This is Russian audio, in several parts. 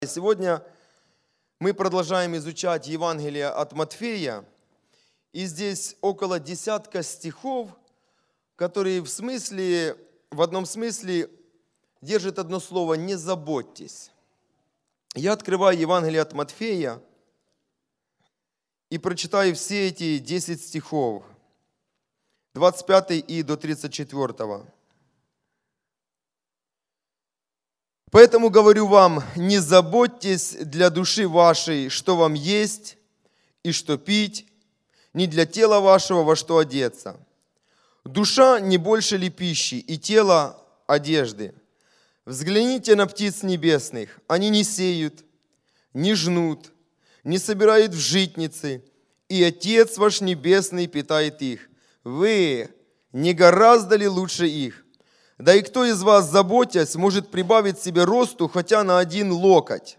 Сегодня мы продолжаем изучать Евангелие от Матфея, и здесь около десятка стихов, которые в одном смысле держат одно слово «не заботьтесь». Я открываю Евангелие от Матфея и прочитаю все эти 10 стихов, 25 и до 34. Поэтому говорю вам, не заботьтесь для души вашей, что вам есть и что пить, ни для тела вашего, во что одеться. Душа не больше ли пищи, и тело одежды? Взгляните на птиц небесных, они не сеют, не жнут, не собирают в житницы, и Отец ваш Небесный питает их. Вы не гораздо ли лучше их? Да и кто из вас, заботясь, может прибавить себе росту хотя на 1 локоть?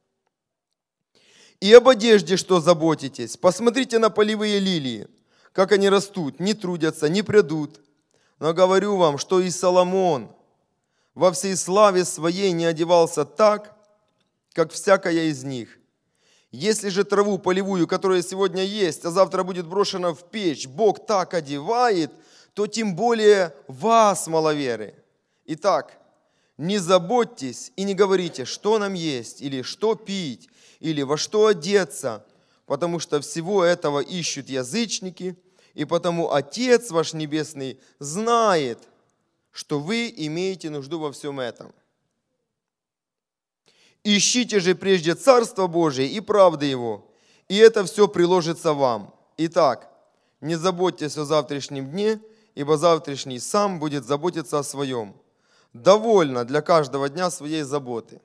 И об одежде что заботитесь? Посмотрите на полевые лилии, как они растут, не трудятся, не прядут. Но говорю вам, что и Соломон во всей славе своей не одевался так, как всякая из них. Если же траву полевую, которая сегодня есть, а завтра будет брошена в печь, Бог так одевает, то тем более вас, маловеры. Итак, не заботьтесь и не говорите, что нам есть, или что пить, или во что одеться, потому что всего этого ищут язычники, и потому Отец ваш Небесный знает, что вы имеете нужду во всем этом. Ищите же прежде Царство Божие и правды Его, и это все приложится вам. Итак, не заботьтесь о завтрашнем дне, ибо завтрашний сам будет заботиться о своем. Довольно для каждого дня своей заботы.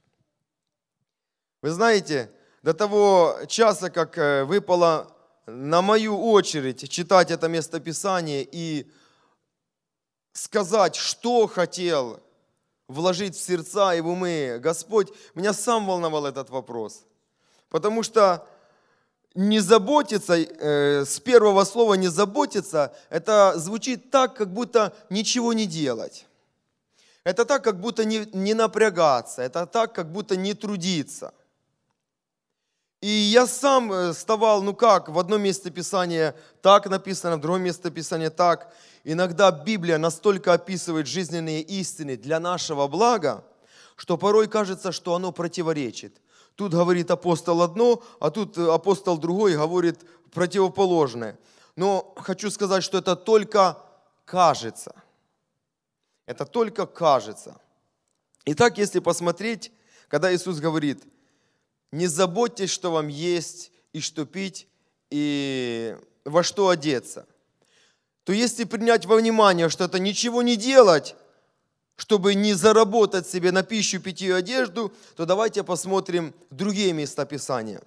Вы знаете, до того часа, как выпало на мою очередь читать это местописание и сказать, что хотел вложить в сердца и в умы Господь, меня сам волновал этот вопрос. Потому что не заботиться, с первого слова не заботиться, это звучит так, как будто ничего не делать. Это так, как будто не напрягаться, это так, как будто не трудиться. И я сам вставал, в одном месте Писания так написано, в другом месте Писания так. Иногда Библия настолько описывает жизненные истины для нашего блага, что порой кажется, что оно противоречит. Тут говорит апостол одно, а тут апостол другой говорит противоположное. Но хочу сказать, что это только кажется. Это только кажется. Итак, если посмотреть, когда Иисус говорит, не заботьтесь, что вам есть и что пить, и во что одеться, то если принять во внимание, что это ничего не делать, чтобы не заработать себе на пищу, питье и одежду, то давайте посмотрим другие места Писания.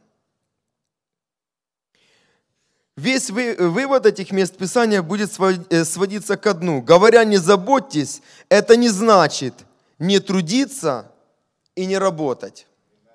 Весь вывод этих мест Писания будет сводиться к одному. Говоря «не заботьтесь», это не значит не трудиться и не работать.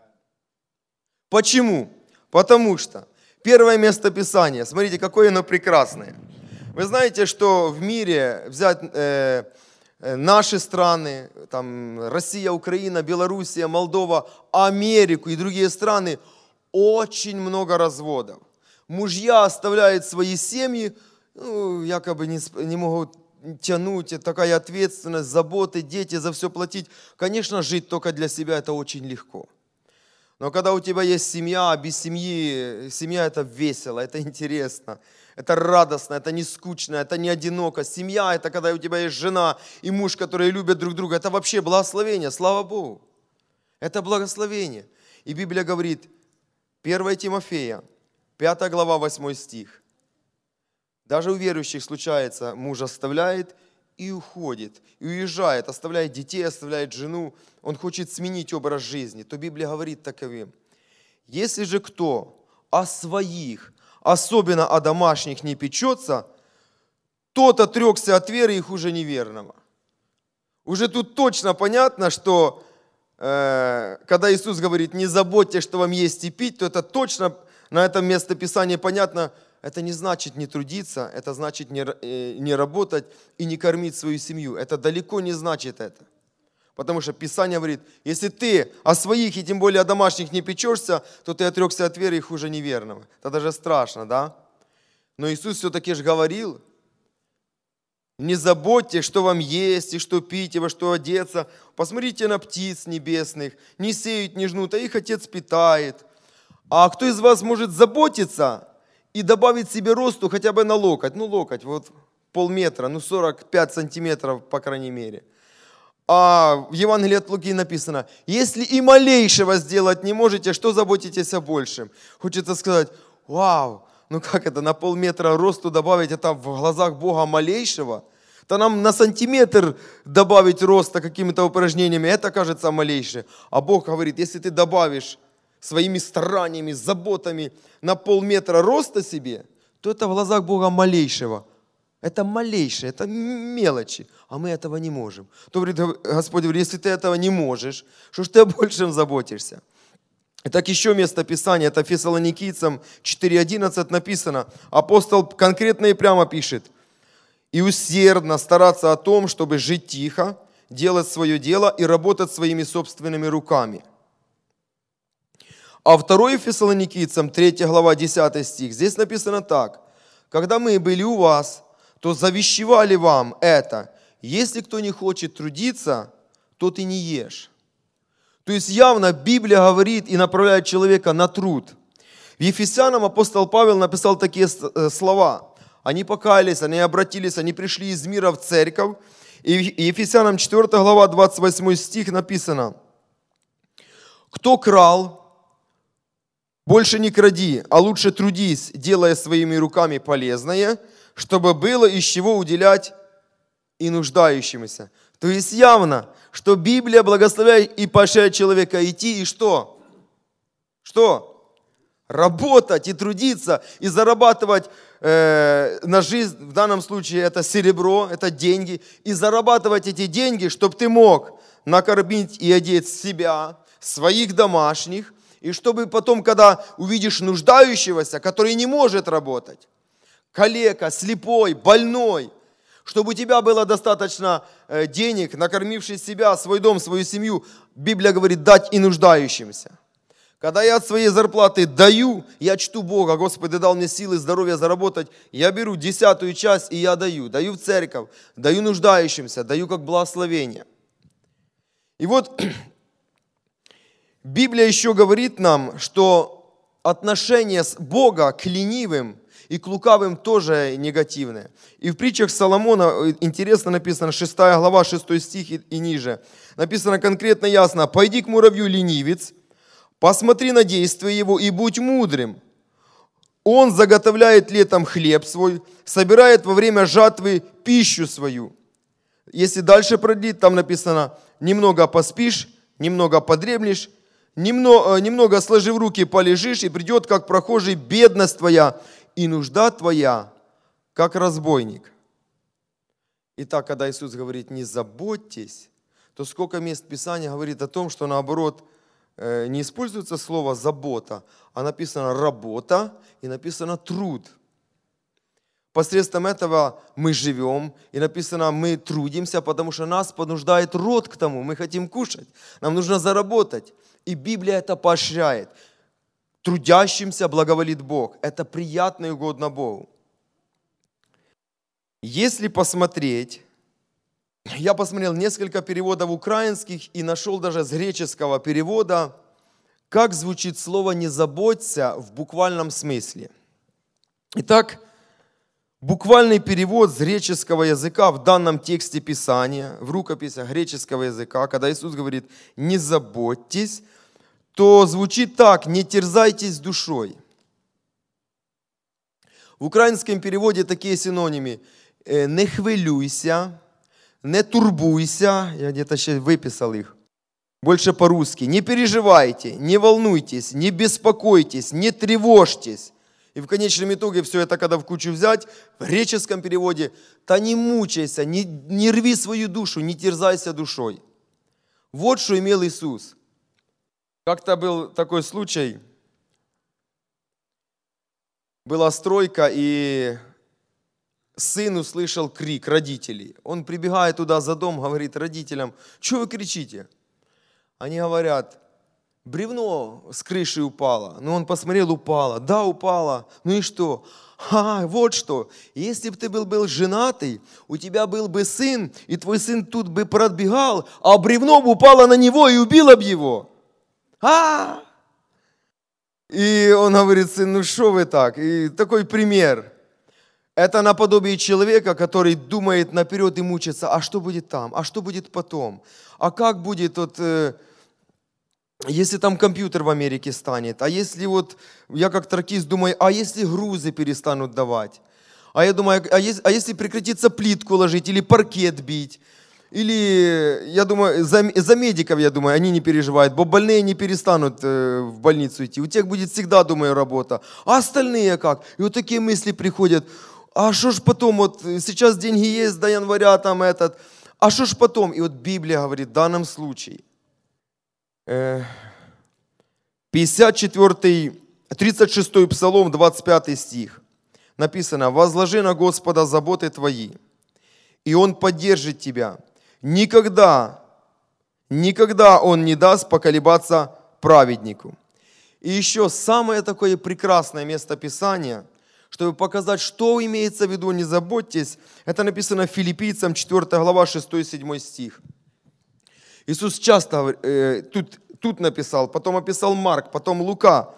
Почему? Потому что первое место Писания, смотрите, какое оно прекрасное. Вы знаете, что в мире взять наши страны, там Россия, Украина, Белоруссия, Молдова, Америку и другие страны, очень много разводов. Мужья оставляют свои семьи, якобы не могут тянуть, такая ответственность, заботы, дети, за все платить. Конечно, жить только для себя это очень легко. Но когда у тебя есть семья, а без семьи, семья это весело, это интересно, это радостно, это не скучно, это не одиноко. Семья это когда у тебя есть жена и муж, которые любят друг друга. Это вообще благословение, слава Богу. Это благословение. И Библия говорит, 1 Тимофея, 5 глава, 8 стих. Даже у верующих случается, муж оставляет и уходит, и уезжает, оставляет детей, оставляет жену, он хочет сменить образ жизни, то Библия говорит таковым. Если же кто о своих, особенно о домашних, не печется, тот отрекся от веры и хуже неверного. Уже тут точно понятно, что когда Иисус говорит, не заботьтесь, что вам есть и пить, то это точно на этом местописании понятно, это не значит не трудиться, это значит не работать и не кормить свою семью. Это далеко не значит это. Потому что Писание говорит, если ты о своих и тем более о домашних не печешься, то ты отрекся от веры и хуже неверного. Это даже страшно, да? Но Иисус все-таки же говорил, не заботьтесь, что вам есть, и что пить, и во что одеться. Посмотрите на птиц небесных, не сеют, не жнут, а их Отец питает. А кто из вас может заботиться и добавить себе росту хотя бы на локоть? Ну, локоть, вот полметра, 45 сантиметров, по крайней мере. А в Евангелии от Луки написано, если и малейшего сделать не можете, что заботитесь о большем? Хочется сказать, вау, ну как это, на полметра росту добавить, это в глазах Бога малейшего? То нам на сантиметр добавить роста какими-то упражнениями, это кажется малейшее. А Бог говорит, если ты добавишь своими стараниями, заботами на полметра роста себе, то это в глазах Бога малейшего. Это малейшее, это мелочи, а мы этого не можем. То говорит Господь, говорит, если ты этого не можешь, что ж ты о большем заботишься? Итак, еще место Писания, это Фессалоникийцам 4:11 написано. Апостол конкретно и прямо пишет. И усердно стараться о том, чтобы жить тихо, делать свое дело и работать своими собственными руками. А 2 Фессалоникийцам 3 глава 10 стих, здесь написано так. Когда мы были у вас, то завещевали вам это. Если кто не хочет трудиться, тот и не ешь. То есть явно Библия говорит и направляет человека на труд. В Ефесянам апостол Павел написал такие слова. Они покаялись, они обратились, они пришли из мира в церковь. И Ефесянам 4 глава 28 стих написано. Кто крал, больше не кради, а лучше трудись, делая своими руками полезное, чтобы было из чего уделять и нуждающимся. То есть явно, что Библия благословляет и поощряет человека идти и что? Что? Работать и трудиться, и зарабатывать на жизнь, в данном случае это серебро, это деньги, и зарабатывать эти деньги, чтобы ты мог накормить и одеть себя, своих домашних, и чтобы потом, когда увидишь нуждающегося, который не может работать, калека, слепой, больной, чтобы у тебя было достаточно денег, накормивший себя, свой дом, свою семью, Библия говорит, дать и нуждающимся. Когда я от своей зарплаты даю, я чту Бога, Господи, дал мне силы, здоровья заработать, я беру 10-ю часть и я даю в церковь, даю нуждающимся, даю как благословение. И вот Библия еще говорит нам, что отношение с Бога к ленивым и к лукавым тоже негативное. И в притчах Соломона, интересно написано, 6 глава, 6 стих и ниже, написано конкретно ясно, «Пойди к муравью, ленивец, посмотри на действие его и будь мудрым. Он заготовляет летом хлеб свой, собирает во время жатвы пищу свою». Если дальше продлить, там написано, «Немного поспишь, немного подремлешь, немного сложив руки полежишь, и придет, как прохожий, бедность твоя, и нужда твоя, как разбойник». Итак, когда Иисус говорит «не заботьтесь», то сколько мест Писания говорит о том, что наоборот не используется слово «забота», а написано «работа» и написано «труд». Посредством этого мы живем, и написано «мы трудимся», потому что нас понуждает род к тому, мы хотим кушать, нам нужно заработать. И Библия это поощряет. Трудящимся благоволит Бог. Это приятно и угодно Богу. Если посмотреть, я посмотрел несколько переводов украинских и нашел даже с греческого перевода, как звучит слово «не заботься» в буквальном смысле. Итак, буквальный перевод с греческого языка в данном тексте Писания, в рукописях греческого языка, когда Иисус говорит «не заботьтесь», то звучит так: «не терзайтесь душой». В украинском переводе такие синонимы: «не хвилюйся», «не турбуйся», я где-то сейчас выписал их, больше по-русски, «не переживайте», «не волнуйтесь», «не беспокойтесь», «не тревожьтесь». И в конечном итоге все это, когда в кучу взять, в греческом переводе, «та не мучайся, не рви свою душу, не терзайся душой». Вот что имел Иисус. Как-то был такой случай, была стройка, и сын услышал крик родителей. Он прибегает туда за дом, говорит родителям: что вы кричите? Они говорят: бревно с крыши упало. Ну, он посмотрел, упало. Да, упало. Ну и что? Вот что. Если бы ты был женатый, у тебя был бы сын, и твой сын тут бы пробегал, а бревно бы упало на него и убило бы его. И он говорит: сын, ну что вы так? И такой пример. Это наподобие человека, который думает наперед и мучается: а что будет там? А что будет потом? А как будет если там компьютер в Америке станет? А если я как тракист думаю, а если грузы перестанут давать? А я думаю, а если прекратится плитку ложить или паркет бить? Или, я думаю, за медиков, я думаю, они не переживают, бо больные не перестанут в больницу идти. У тех будет всегда, думаю, работа. А остальные как? И вот такие мысли приходят. А что ж потом, сейчас деньги есть до января, а что ж потом? И Библия говорит в данном случае, 36 Псалом, 25 стих, написано: «Возложи на Господа заботы твои, и Он поддержит тебя. Никогда Он не даст поколебаться праведнику». И еще самое такое прекрасное место Писания, чтобы показать, что имеется в виду «не заботьтесь», это написано Филиппийцам 4 глава 6-7 стих. Иисус часто тут написал, потом описал Марк, потом Лука.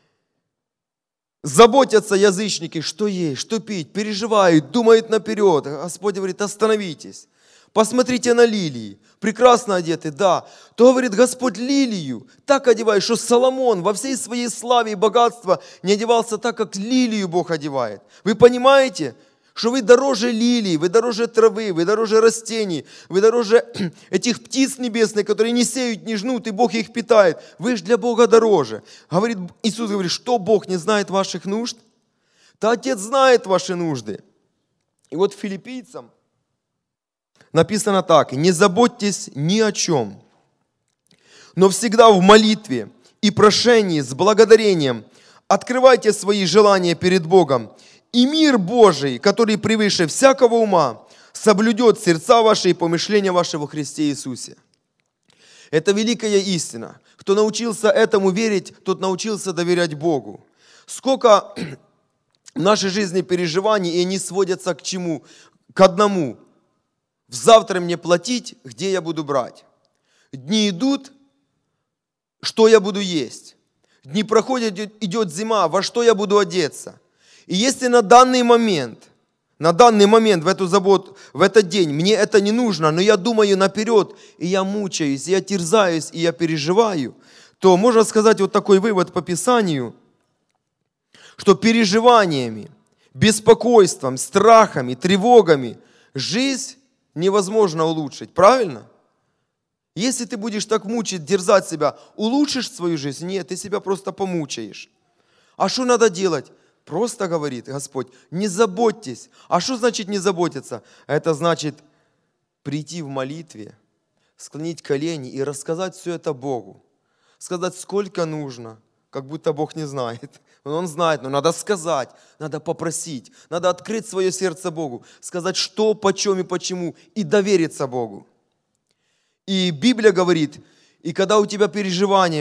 Заботятся язычники, что есть, что пить, переживают, думают наперед. Господь говорит: остановитесь. Посмотрите на лилии, прекрасно одеты, да. То говорит Господь: лилию так одевает, что Соломон во всей своей славе и богатстве не одевался так, как лилию Бог одевает. Вы понимаете, что вы дороже лилий, вы дороже травы, вы дороже растений, вы дороже этих птиц небесных, которые не сеют, не жнут, и Бог их питает. Вы же для Бога дороже. Иисус говорит: что Бог не знает ваших нужд? Да Отец знает ваши нужды. И Филиппийцам написано так: «Не заботьтесь ни о чем, но всегда в молитве и прошении с благодарением открывайте свои желания перед Богом, и мир Божий, который превыше всякого ума, соблюдет сердца ваши и помышления ваши во Христе Иисусе». Это великая истина. Кто научился этому верить, тот научился доверять Богу. Сколько в нашей жизни переживаний, и они сводятся к чему? К одному. Завтра мне платить, где я буду брать? Дни идут, что я буду есть? Дни проходят, идет зима, во что я буду одеться? И если на данный момент, в эту заботу, в этот день мне это не нужно, но я думаю наперед, и я мучаюсь, и я терзаюсь, и я переживаю, то можно сказать такой вывод по Писанию, что переживаниями, беспокойством, страхами, тревогами жизнь невозможно улучшить. Правильно? Если ты будешь так мучить, дерзать себя, улучшишь свою жизнь? Нет, ты себя просто помучаешь. А что надо делать? Просто говорит Господь: не заботьтесь. А что значит не заботиться? Это значит прийти в молитве, склонить колени и рассказать все это Богу. Сказать, сколько нужно, как будто Бог не знает. Он знает, но надо сказать, надо попросить, надо открыть свое сердце Богу, сказать, что, почем и почему, и довериться Богу. И Библия говорит, и когда у тебя переживания,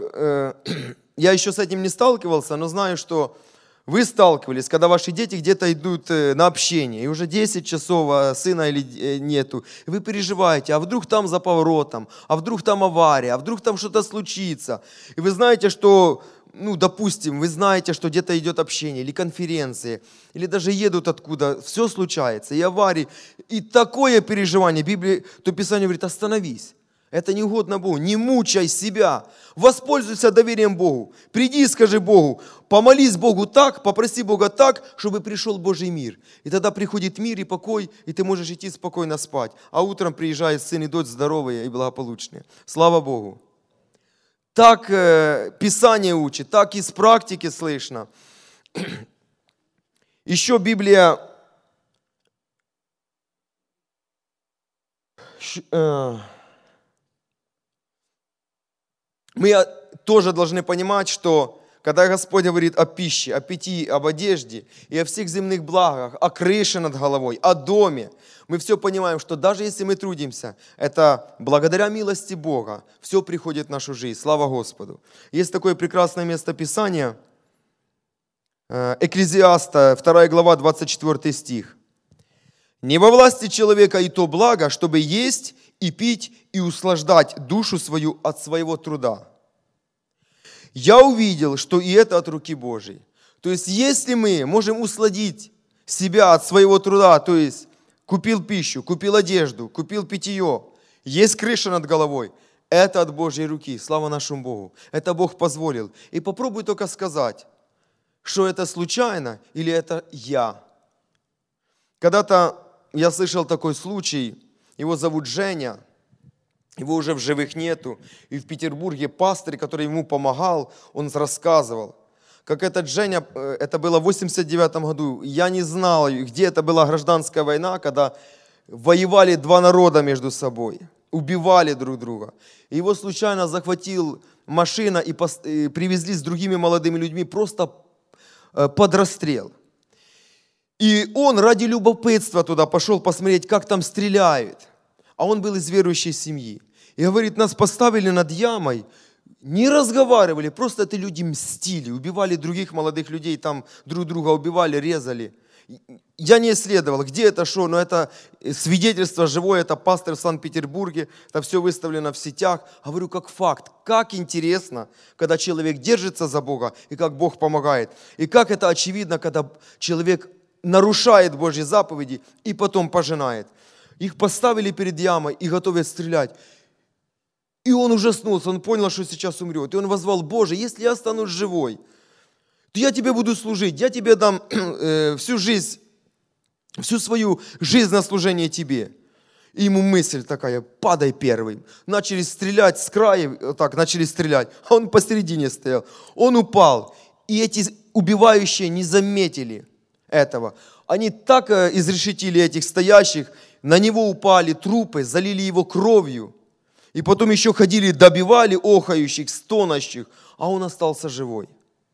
я еще с этим не сталкивался, но знаю, что вы сталкивались, когда ваши дети где-то идут на общение, и уже 10 часов, а сына или нету, и вы переживаете, а вдруг там за поворотом, а вдруг там авария, а вдруг там что-то случится. И вы знаете, что, допустим, вы знаете, что где-то идет общение, или конференции, или даже едут откуда, все случается, и аварии, и такое переживание, то Писание говорит: остановись. Это не угодно Богу. Не мучай себя. Воспользуйся доверием Богу. Приди и скажи Богу. Помолись Богу так, попроси Бога так, чтобы пришел Божий мир. И тогда приходит мир и покой, и ты можешь идти спокойно спать. А утром приезжает сын и дочь здоровые и благополучные. Слава Богу. Так Писание учит, так из практики слышно. Еще Библия... Мы тоже должны понимать, что когда Господь говорит о пище, о питье, об одежде и о всех земных благах, о крыше над головой, о доме, мы все понимаем, что даже если мы трудимся, это благодаря милости Бога все приходит в нашу жизнь. Слава Господу. Есть такое прекрасное место Писания, Экклезиаста, 2 глава, 24 стих. «Не во власти человека и то благо, чтобы есть и пить и услаждать душу свою от своего труда. Я увидел, что и это от руки Божьей». То есть, если мы можем усладить себя от своего труда, то есть купил пищу, купил одежду, купил питье, есть крыша над головой, это от Божьей руки, слава нашему Богу. Это Бог позволил. И попробуй только сказать, что это случайно или это я. Когда-то я слышал такой случай, его зовут Женя, его уже в живых нету, и в Петербурге пастырь, который ему помогал, он рассказывал, как этот Женя, это было в 89 году, я не знал, где это была гражданская война, когда воевали два народа между собой, убивали друг друга. И его случайно захватил машина и привезли с другими молодыми людьми просто под расстрел. И он ради любопытства туда пошел посмотреть, как там стреляют. А он был из верующей семьи. И говорит, нас поставили над ямой, не разговаривали, просто это люди мстили, убивали других молодых людей, там друг друга убивали, резали. Я не исследовал, где это, что, но это свидетельство живое, это пастор в Санкт-Петербурге, это все выставлено в сетях. Говорю, как факт, как интересно, когда человек держится за Бога и как Бог помогает. И как это очевидно, когда человек нарушает Божьи заповеди и потом пожинает. Их поставили перед ямой и готовят стрелять. И он ужаснулся, он понял, что сейчас умрет. И он воззвал: Боже, если я останусь живой, то я тебе буду служить, я тебе дам всю жизнь, всю свою жизнь на служение тебе. И ему мысль такая: падай первым. Начали стрелять с края, вот так начали стрелять, а он посередине стоял. Он упал, и эти убивающие не заметили этого. Они так изрешетили этих стоящих, на него упали трупы, залили его кровью. И потом еще ходили, добивали охающих, стонущих, а он остался живой.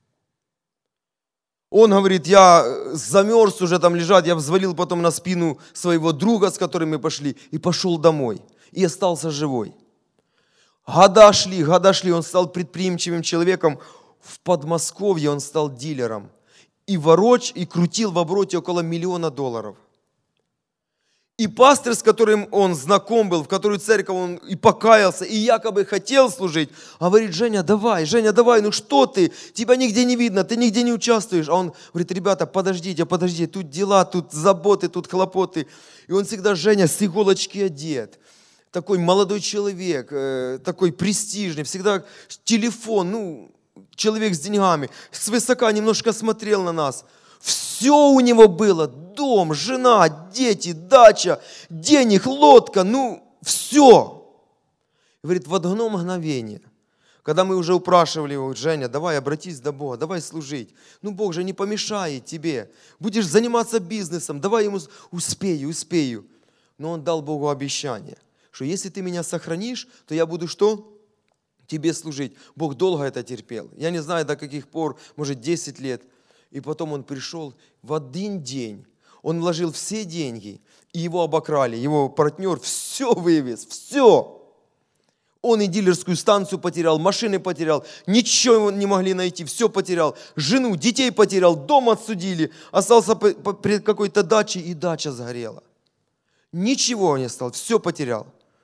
Он говорит, я замерз уже там лежать, я взвалил потом на спину своего друга, с которым мы пошли, и пошел домой. И остался живой. Года шли, он стал предприимчивым человеком. В Подмосковье он стал дилером. И крутил в обороте около $1 миллиона. И пастор, с которым он знаком был, в которую церковь он и покаялся, и якобы хотел служить, говорит: Женя, давай, ну что ты? Тебя нигде не видно, ты нигде не участвуешь. А он говорит: ребята, подождите, тут дела, тут заботы, тут хлопоты. И он всегда, Женя, с иголочки одет. Такой молодой человек, такой престижный, всегда телефон, человек с деньгами. Свысока немножко смотрел на нас. Все у него было: дом, жена, дети, дача, денег, лодка, все. Говорит, в одно мгновение, когда мы уже упрашивали его: Женя, давай обратись до Бога, давай служить. Бог же не помешает тебе, будешь заниматься бизнесом, давай ему успею. Но он дал Богу обещание, что если ты меня сохранишь, то я буду что? Тебе служить. Бог долго это терпел. Я не знаю, до каких пор, может 10 лет. И потом он пришел в один день. Он вложил все деньги, и его обокрали. Его партнер все вывез, все. Он и дилерскую станцию потерял, машины потерял, ничего не могли найти, все потерял. Жену, детей потерял, дом отсудили. Остался перед какой-то дачей, и дача сгорела. Ничего не стал, все потерял.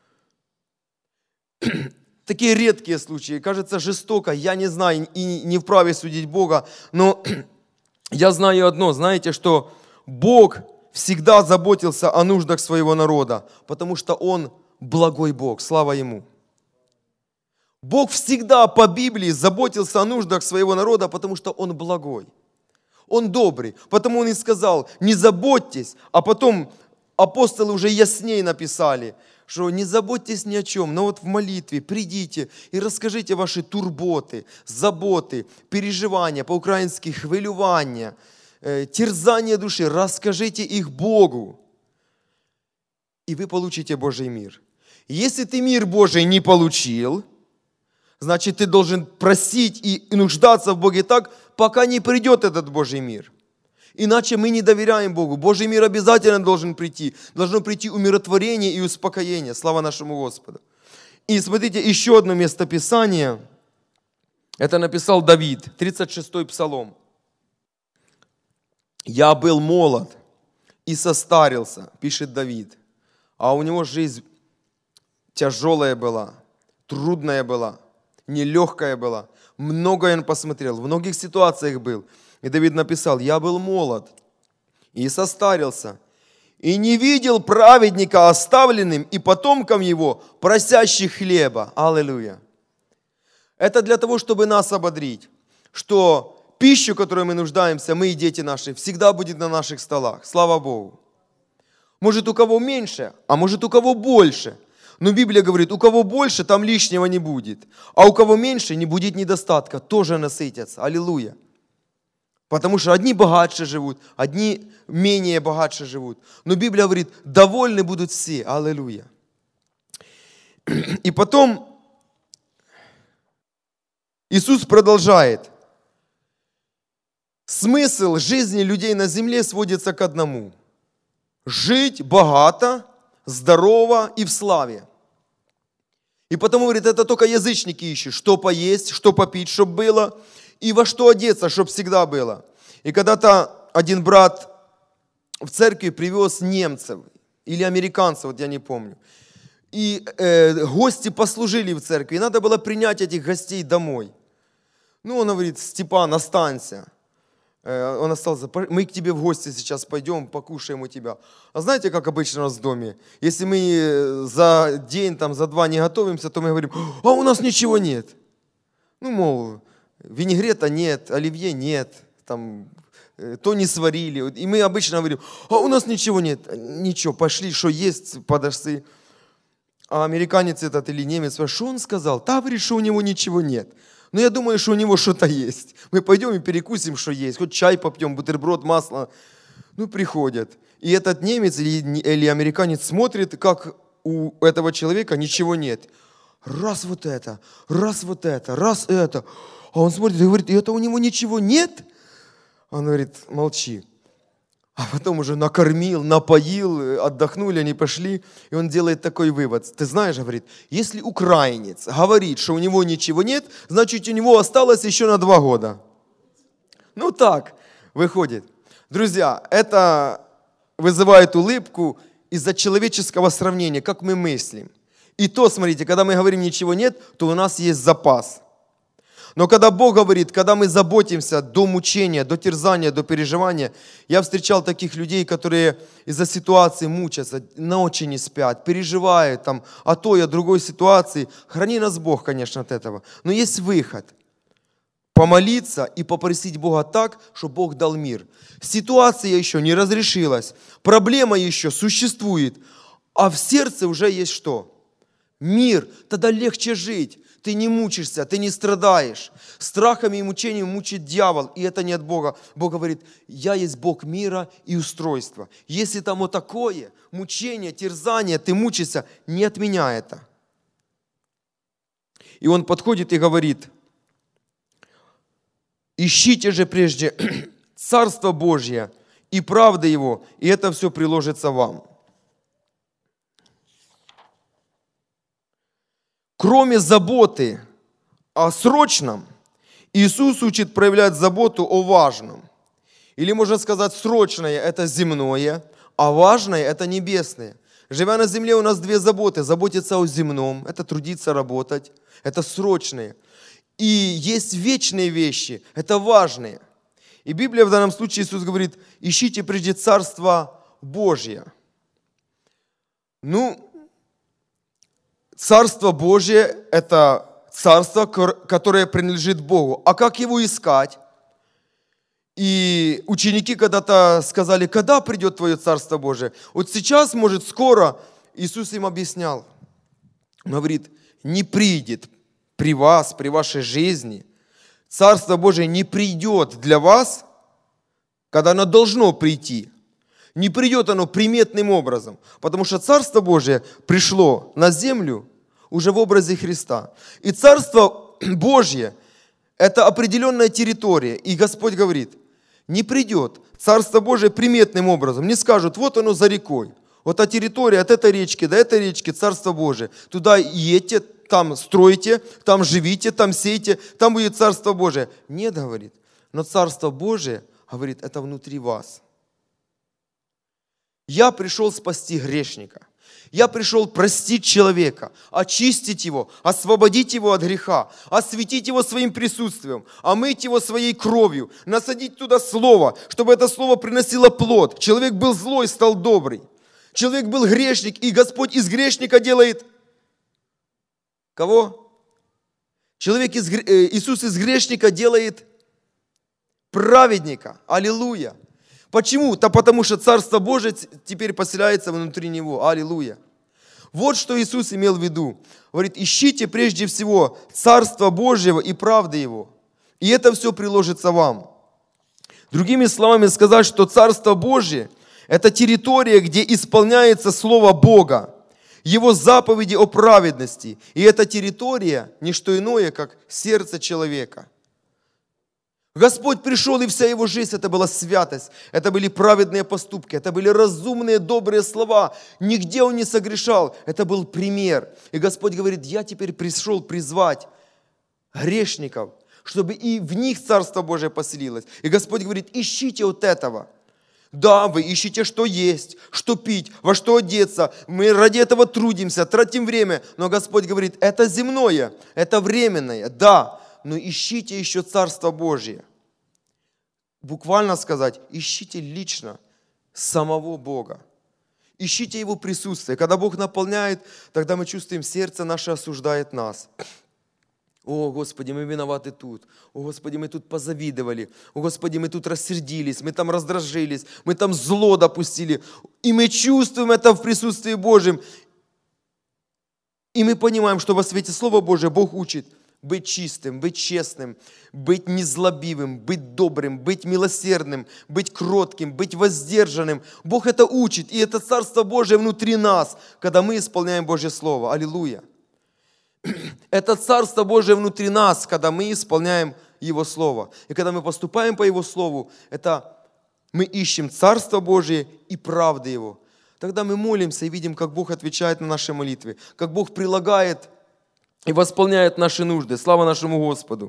Такие редкие случаи. Кажется, жестоко. Я не знаю и не вправе судить Бога, но я знаю одно, знаете, что Бог всегда заботился о нуждах своего народа, потому что Он благой Бог, слава Ему. Бог всегда по Библии заботился о нуждах своего народа, потому что Он благой. Он добрый, потому Он и сказал: не заботьтесь, а потом апостолы уже яснее написали, что не заботьтесь ни о чем, но вот в молитве придите и расскажите ваши турботы, заботы, переживания, по-украински хвилювання, терзание души, расскажите их Богу, и вы получите Божий мир. Если ты мир Божий не получил, Значит, ты должен просить и нуждаться в Боге так, пока не придет этот Божий мир. Иначе мы не доверяем Богу. Божий мир обязательно должен прийти. Должно прийти умиротворение и успокоение. Слава нашему Господу. И смотрите, еще одно местописание. Это написал Давид, 36-й псалом. «Я был молод и состарился», пишет Давид. А у него жизнь тяжелая была, трудная была, нелегкая была. Многое он посмотрел, в многих ситуациях был. И Давид написал: «Я был молод и состарился, и не видел праведника оставленным и потомкам его, просящих хлеба». Аллилуйя. Это для того, чтобы нас ободрить, что пищу, которой мы нуждаемся, мы и дети наши, всегда будет на наших столах. Слава Богу. Может, у кого меньше, а может, у кого больше. Но Библия говорит, у кого больше, там лишнего не будет. А у кого меньше, не будет недостатка, тоже насытятся. Аллилуйя. Потому что одни богатше живут, одни менее богатше живут. Но Библия говорит, довольны будут все. Аллилуйя. И потом Иисус продолжает. Смысл жизни людей на земле сводится к одному. Жить богато, здорово и в славе. И потому, говорит, это только язычники ищут, что поесть, что попить, чтобы было, и во что одеться, чтобы всегда было. И когда-то один брат в церкви привез немцев или американцев, вот я не помню. И гости послужили в церкви, и надо было принять этих гостей домой. Ну, он говорит, Степан, останься. Он остался, мы к тебе в гости сейчас пойдем, покушаем у тебя. А знаете, как обычно у нас в доме? Если мы за день, там, за два не готовимся, то мы говорим, а у нас ничего нет. Ну, мол, винегрета нет, оливье нет, там, то не сварили. И мы обычно говорим, а у нас ничего нет. Ничего, пошли, что есть, подожди. А американец этот или немец, что он сказал? Да, говорит, что у него ничего нет. Но я думаю, что у него что-то есть. Мы пойдем и перекусим, что есть. Хоть чай попьем, бутерброд, масло. Ну, приходят. И этот немец или американец смотрит, как у этого человека ничего нет. Раз вот это, раз вот это, раз это. А он смотрит и говорит, и это у него ничего нет? Он говорит, молчи. А потом уже накормил, напоил, отдохнули, они пошли. И он делает такой вывод. Ты знаешь, говорит, если украинец говорит, что у него ничего нет, значит, у него осталось еще на 2 года. Ну так выходит. Друзья, это вызывает улыбку из-за человеческого сравнения, как мы мыслим. И то, смотрите, когда мы говорим ничего нет, то у нас есть запас. Но когда Бог говорит, когда мы заботимся до мучения, до терзания, до переживания, я встречал таких людей, которые из-за ситуации мучатся, ночи не спят, переживают там о той, о другой ситуации. Храни нас Бог, конечно, от этого. Но есть выход. Помолиться и попросить Бога так, чтобы Бог дал мир. Ситуация еще не разрешилась, проблема еще существует, а в сердце уже есть что? Мир. Тогда легче жить. Ты не мучишься, ты не страдаешь. Страхами и мучением мучит дьявол, и это не от Бога. Бог говорит, я есть Бог мира и устройства. Если там вот такое, мучение, терзание, ты мучишься, не от меня это. И он подходит и говорит, ищите же прежде Царство Божье и правда Его, и это все приложится вам. Кроме заботы о срочном, Иисус учит проявлять заботу о важном. Или можно сказать, срочное – это земное, а важное – это небесное. Живя на земле, у нас 2 заботы. Заботиться о земном – это трудиться, работать, это срочные. И есть вечные вещи, это важные. И Библия в данном случае, Иисус говорит, ищите прежде Царство Божье. Ну, Царство Божье – это царство, которое принадлежит Богу. А как его искать? И ученики когда-то сказали, когда придет твое Царство Божие? Вот сейчас, может, скоро. Иисус им объяснял. Он говорит, не придет при вас, при вашей жизни. Царство Божие не придет для вас, когда оно должно прийти. Не придет оно приметным образом, потому что Царство Божие пришло на землю уже в образе Христа. И Царство Божье – это определенная территория. И Господь говорит, не придет Царство Божие приметным образом. Не скажут, вот оно за рекой. Вот та территория от этой речки до этой речки Царство Божие. Туда едьте, там стройте, там живите, там сейте, там будет Царство Божие. Нет, говорит. Но Царство Божие, говорит, это внутри вас. Я пришел спасти грешника. Я пришел простить человека, очистить его, освободить его от греха, осветить его своим присутствием, омыть его своей кровью, насадить туда слово, чтобы это слово приносило плод. Человек был злой, стал добрый. Человек был грешник, и Господь из грешника делает кого? Иисус из грешника делает праведника. Аллилуйя. Почему? Да потому что Царство Божие теперь поселяется внутри него. Аллилуйя. Вот что Иисус имел в виду. Говорит, ищите прежде всего Царство Божьего и правды Его. И это все приложится вам. Другими словами сказать, что Царство Божие – это территория, где исполняется Слово Бога, Его заповеди о праведности. И эта территория – не что иное, как сердце человека. Господь пришел, и вся Его жизнь – это была святость, это были праведные поступки, это были разумные, добрые слова. Нигде Он не согрешал, это был пример. И Господь говорит, я теперь пришел призвать грешников, чтобы и в них Царство Божие поселилось. И Господь говорит, ищите вот этого. Да, вы ищете, что есть, что пить, во что одеться. Мы ради этого трудимся, тратим время. Но Господь говорит, это земное, это временное, да. Но ищите еще Царство Божие. Буквально сказать, ищите лично самого Бога. Ищите Его присутствие. Когда Бог наполняет, тогда мы чувствуем, сердце наше осуждает нас. О, Господи, мы виноваты тут. О, Господи, мы тут позавидовали. О, Господи, мы тут рассердились, мы там раздражились, мы там зло допустили. И мы чувствуем это в присутствии Божьем. И мы понимаем, что во свете Слова Божия Бог учит быть чистым, быть честным, быть незлобивым, быть добрым, быть милосердным, быть кротким, быть воздержанным. Бог это учит, и это Царство Божие внутри нас, когда мы исполняем Божье Слово. Аллилуйя! Это Царство Божие внутри нас, когда мы исполняем Его Слово. И когда мы поступаем по Его Слову, это мы ищем Царство Божие и правды Его. Тогда мы молимся и видим, как Бог отвечает на наши молитвы, как Бог прилагает и восполняет наши нужды. Слава нашему Господу.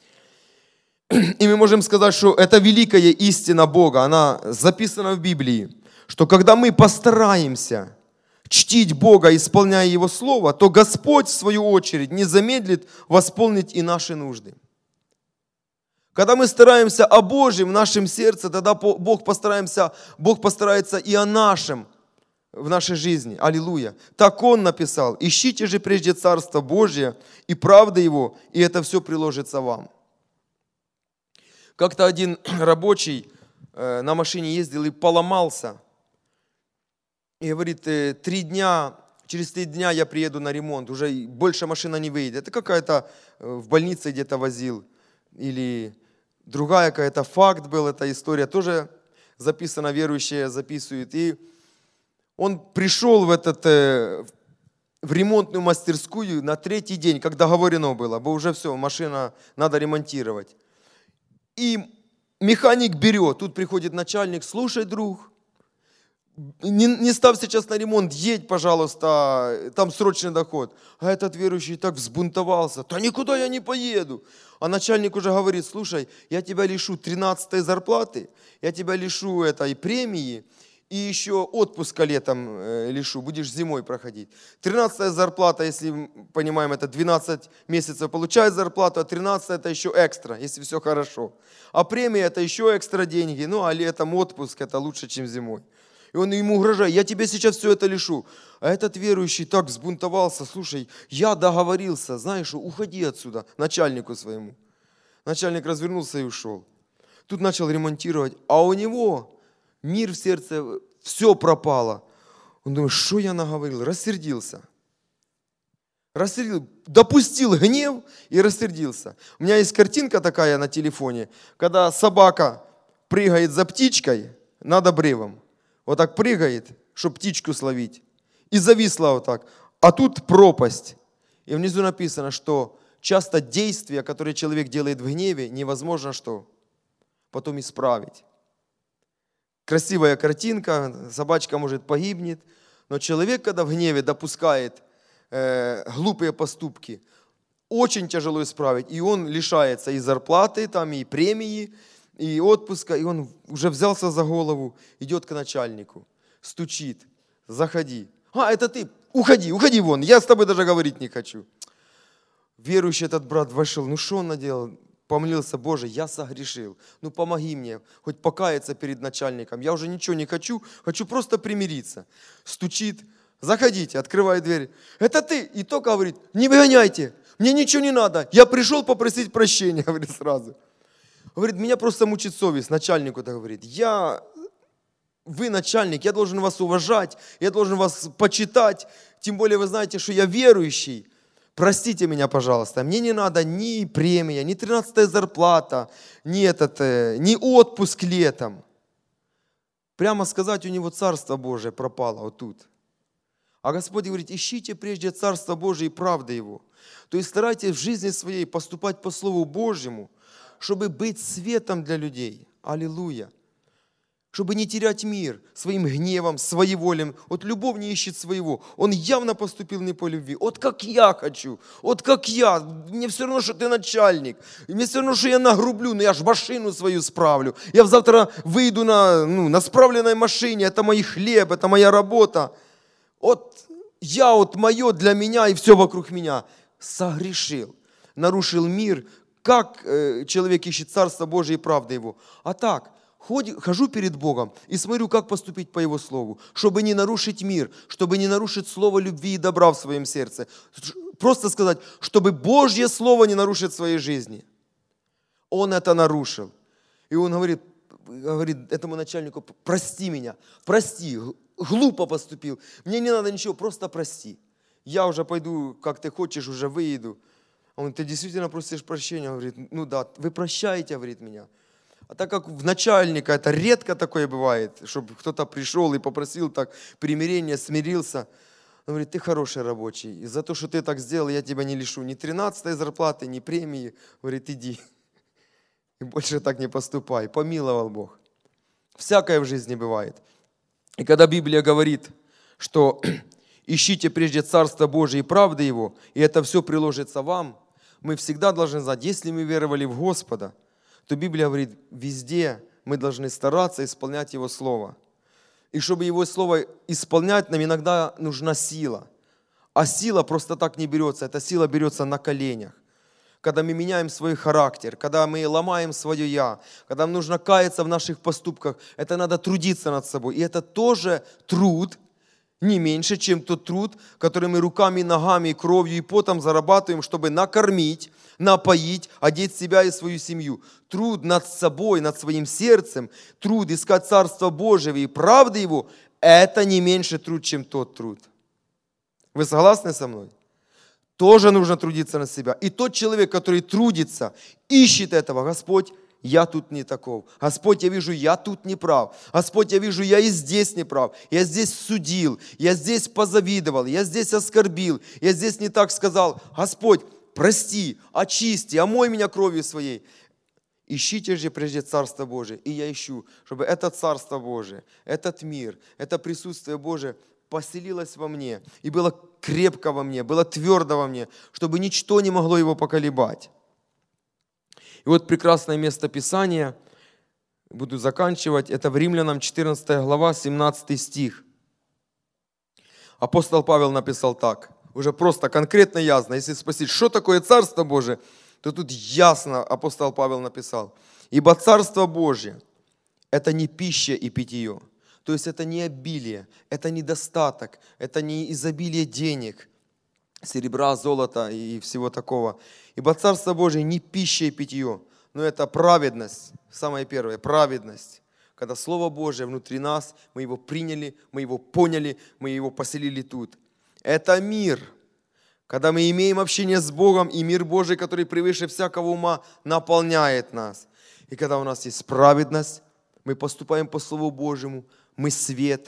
И мы можем сказать, что это великая истина Бога, она записана в Библии, что когда мы постараемся чтить Бога, исполняя Его Слово, то Господь, в свою очередь, не замедлит восполнить и наши нужды. Когда мы стараемся о Божьем в нашем сердце, тогда Бог постарается и о нашем в нашей жизни. Аллилуйя. Так Он написал, ищите же прежде Царство Божие и правды Его, и это все приложится вам. Как-то один рабочий на машине ездил и поломался. И говорит, через 3 дня я приеду на ремонт, уже больше машина не выйдет. Это какая-то в больнице где-то возил, или другая какая-то факт был, эта история тоже записана, верующие записывают. И он пришел в ремонтную мастерскую на 3-й день, как договорено было, бо уже все, машина надо ремонтировать. И механик берет, тут приходит начальник, слушай, друг, не ставь сейчас на ремонт, едь, пожалуйста, там срочный доход. А этот верующий так взбунтовался, да никуда я не поеду. А начальник уже говорит, слушай, я тебя лишу 13-й зарплаты, я тебя лишу этой премии, и еще отпуска летом лишу, будешь зимой проходить. 13-я зарплата, если понимаем, это 12 месяцев получает зарплату, а 13-я это еще экстра, если все хорошо. А премия это еще экстра деньги, ну а летом отпуск это лучше, чем зимой. И он ему угрожает, я тебе сейчас все это лишу. А этот верующий так взбунтовался, слушай, я договорился, знаешь, уходи отсюда, начальнику своему. Начальник развернулся и ушел. Тут начал ремонтировать, а у него мир в сердце, все пропало. Он думает, что я наговорил? Рассердился. Допустил гнев и рассердился. У меня есть картинка такая на телефоне, когда собака прыгает за птичкой над обрывом. Вот так прыгает, чтобы птичку словить. И зависла вот так. А тут пропасть. И внизу написано, что часто действия, которые человек делает в гневе, невозможно что? Потом исправить. Красивая картинка, собачка может погибнет, но человек, когда в гневе допускает глупые поступки, очень тяжело исправить. И он лишается и зарплаты, там, и премии, и отпуска, и он уже взялся за голову, идет к начальнику, стучит, заходи. Это ты, уходи вон, я с тобой даже говорить не хочу. Верующий этот брат вошел, что он наделал? Помолился: Боже, я согрешил, помоги мне, хоть покаяться перед начальником, я уже ничего не хочу, хочу просто примириться. Стучит, заходите, открывает дверь. Это ты? И только говорит: не выгоняйте, мне ничего не надо, я пришел попросить прощения, говорит сразу. Говорит: меня просто мучит совесть, начальнику-то говорит, вы начальник, я должен вас уважать, я должен вас почитать, тем более вы знаете, что я верующий. Простите меня, пожалуйста, мне не надо ни премия, ни 13-я зарплата, ни отпуск летом. Прямо сказать, у него Царство Божие пропало вот тут. А Господь говорит: ищите прежде Царство Божие и правды Его. То есть старайтесь в жизни своей поступать по Слову Божьему, чтобы быть светом для людей. Аллилуйя. Чтобы не терять мир своим гневом, своеволием. Вот любовь не ищет своего. Он явно поступил не по любви. Вот как я хочу, вот как я. Мне все равно, что ты начальник. Мне все равно, что я нагрублю, но я ж машину свою справлю. Я завтра выйду на справленной машине. Это мой хлеб, это моя работа. Вот мое для меня и все вокруг меня. Согрешил, нарушил мир. Как человек ищет Царство Божие и правды Его? А так, хожу перед Богом и смотрю, как поступить по Его Слову, чтобы не нарушить мир, чтобы не нарушить Слово любви и добра в своем сердце. Просто сказать, чтобы Божье Слово не нарушить в своей жизни. Он это нарушил. И он говорит этому начальнику: прости меня, прости, глупо поступил, мне не надо ничего, просто прости. Я уже пойду, как ты хочешь, уже выйду. Он говорит: ты действительно просишь прощения? Он говорит: да, вы прощаете, говорит, меня. А так как в начальника это редко такое бывает, чтобы кто-то пришел и попросил так примирения, смирился. Он говорит: ты хороший рабочий, и за то, что ты так сделал, я тебя не лишу ни 13-й зарплаты, ни премии. Говорит: иди, и больше так не поступай. Помиловал Бог. Всякое в жизни бывает. И когда Библия говорит, что ищите прежде Царство Божие и правды Его, и это все приложится вам, мы всегда должны знать, если мы веровали в Господа, то Библия говорит, везде мы должны стараться исполнять Его Слово. И чтобы Его Слово исполнять, нам иногда нужна сила. А сила просто так не берется, эта сила берется на коленях. Когда мы меняем свой характер, когда мы ломаем свое «я», когда нам нужно каяться в наших поступках, это надо трудиться над собой. И это тоже труд, не меньше, чем тот труд, который мы руками, ногами, кровью и потом зарабатываем, чтобы накормить, напоить, одеть себя и свою семью. Труд над собой, над своим сердцем, труд искать Царство Божие и правды Его, это не меньше труд, чем тот труд. Вы согласны со мной? Тоже нужно трудиться на себя. И тот человек, который трудится, ищет этого: Господь, я тут не таков. Господь, я вижу, я тут не прав. Господь, я вижу, я и здесь не прав. Я здесь судил, я здесь позавидовал, я здесь оскорбил, я здесь не так сказал. Господь, прости, очисти, омой меня кровью своей. Ищите же прежде Царство Божие. И я ищу, чтобы это Царство Божие, этот мир, это присутствие Божие поселилось во мне и было крепко во мне, было твердо во мне, чтобы ничто не могло его поколебать. И вот прекрасное место Писания, буду заканчивать, это в Римлянам 14 глава, 17 стих. Апостол Павел написал так, уже просто конкретно ясно. Если спросить, что такое Царство Божие, то тут ясно апостол Павел написал. Ибо Царство Божие – это не пища и питье. То есть это не обилие, это не достаток, это не изобилие денег, серебра, золота и всего такого. Ибо Царство Божие не пища и питье, но это праведность, самое первое, праведность. Когда Слово Божие внутри нас, мы его приняли, мы его поняли, мы его поселили тут. Это мир, когда мы имеем общение с Богом, и мир Божий, который превыше всякого ума, наполняет нас. И когда у нас есть праведность, мы поступаем по Слову Божьему, мы свет,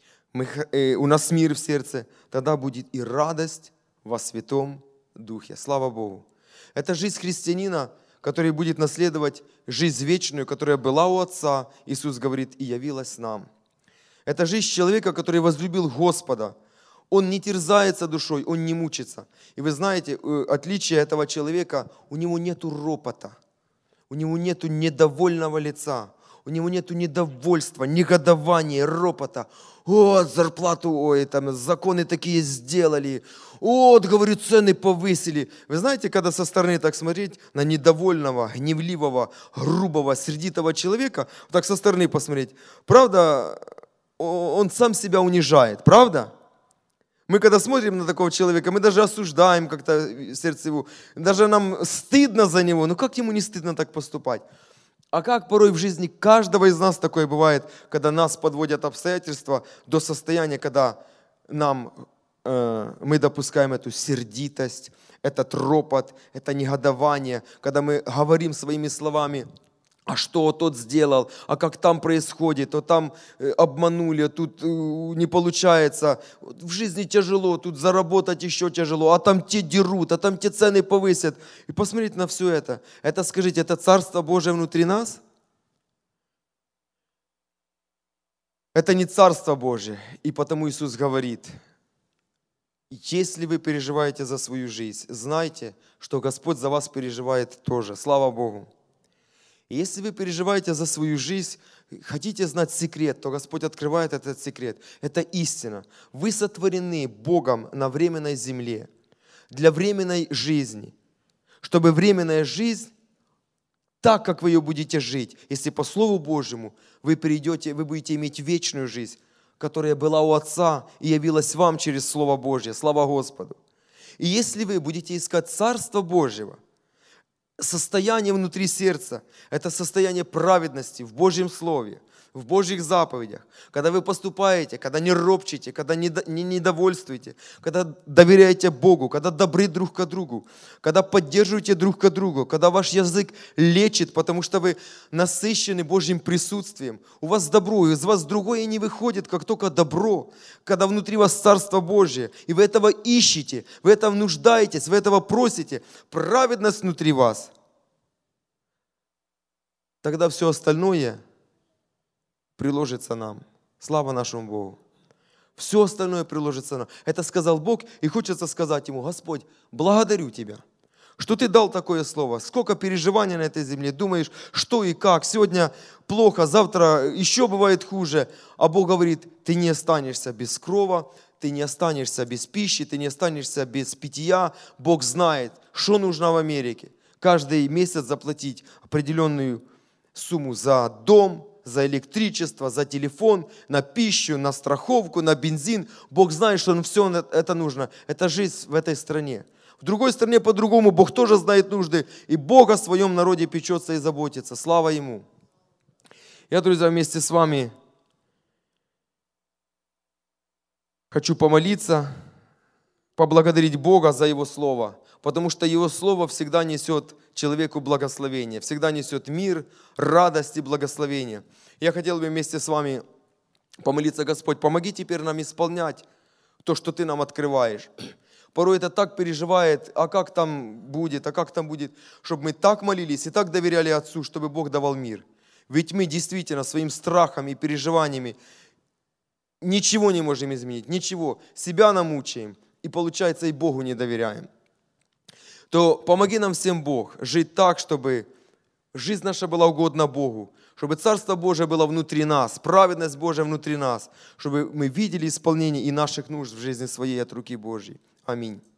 у нас мир в сердце, тогда будет и радость во Святом Духе. Слава Богу. Это жизнь христианина, который будет наследовать жизнь вечную, которая была у Отца, Иисус говорит, и явилась нам. Это жизнь человека, который возлюбил Господа. Он не терзается душой, он не мучится. И вы знаете, отличие этого человека, у него нету ропота, у него нету недовольного лица, у него нету недовольства, негодования, ропота. Вот зарплату, ой, там законы такие сделали. Вот, говорю, цены повысили. Вы знаете, когда со стороны так смотреть на недовольного, гневливого, грубого, сердитого человека, так со стороны посмотреть, правда, он сам себя унижает, правда? Мы когда смотрим на такого человека, мы даже осуждаем как-то сердце его, даже нам стыдно за него, но как ему не стыдно так поступать? А как порой в жизни каждого из нас такое бывает, когда нас подводят обстоятельства до состояния, когда мы допускаем эту сердитость, этот ропот, это негодование, когда мы говорим своими словами, а что тот сделал, а как там происходит, то там обманули, тут не получается, в жизни тяжело, тут заработать еще тяжело, а там те дерут, а там те цены повысят. И посмотрите на все это. Это, скажите, это Царство Божие внутри нас? Это не Царство Божие. И потому Иисус говорит, если вы переживаете за свою жизнь, знайте, что Господь за вас переживает тоже. Слава Богу. И если вы переживаете за свою жизнь, хотите знать секрет, то Господь открывает этот секрет. Это истина. Вы сотворены Богом на временной земле, для временной жизни, чтобы временная жизнь, так как вы ее будете жить, если по Слову Божьему вы будете иметь вечную жизнь, которая была у Отца и явилась вам через Слово Божье. Слава Господу. И если вы будете искать Царство Божьего, состояние внутри сердца – это состояние праведности в Божьем Слове, в Божьих заповедях. Когда вы поступаете, когда не ропчете, когда не недовольствуете, когда доверяете Богу, когда добры друг к другу, когда поддерживаете друг к другу, когда ваш язык лечит, потому что вы насыщены Божьим присутствием. У вас добро, из вас другое не выходит, как только добро, когда внутри вас Царство Божье, и вы этого ищете, вы этого нуждаетесь, вы этого просите, праведность внутри вас. Тогда все остальное приложится нам. Слава нашему Богу. Все остальное приложится нам. Это сказал Бог, и хочется сказать Ему: Господь, благодарю Тебя, что Ты дал такое слово. Сколько переживаний на этой земле. Думаешь, что и как. Сегодня плохо, завтра еще бывает хуже. А Бог говорит: ты не останешься без крова, ты не останешься без пищи, ты не останешься без питья. Бог знает, что нужно в Америке. Каждый месяц заплатить определенную сумму за дом, за электричество, за телефон, на пищу, на страховку, на бензин. Бог знает, что все это нужно. Это жизнь в этой стране. В другой стране по-другому. Бог тоже знает нужды. И Бог о своем народе печется и заботится. Слава Ему. Я, друзья, вместе с вами хочу помолиться, поблагодарить Бога за Его Слово. Потому что Его Слово всегда несет человеку благословение, всегда несет мир, радость и благословение. Я хотел бы вместе с вами помолиться: Господь, помоги теперь нам исполнять то, что Ты нам открываешь. Порой это так переживает, а как там будет, чтобы мы так молились и так доверяли Отцу, чтобы Бог давал мир. Ведь мы действительно своим страхом и переживаниями ничего не можем изменить, ничего. Себя намучаем и, получается, и Богу не доверяем. То помоги нам всем, Бог, жить так, чтобы жизнь наша была угодна Богу, чтобы Царство Божие было внутри нас, праведность Божия внутри нас, чтобы мы видели исполнение и наших нужд в жизни своей от руки Божьей. Аминь.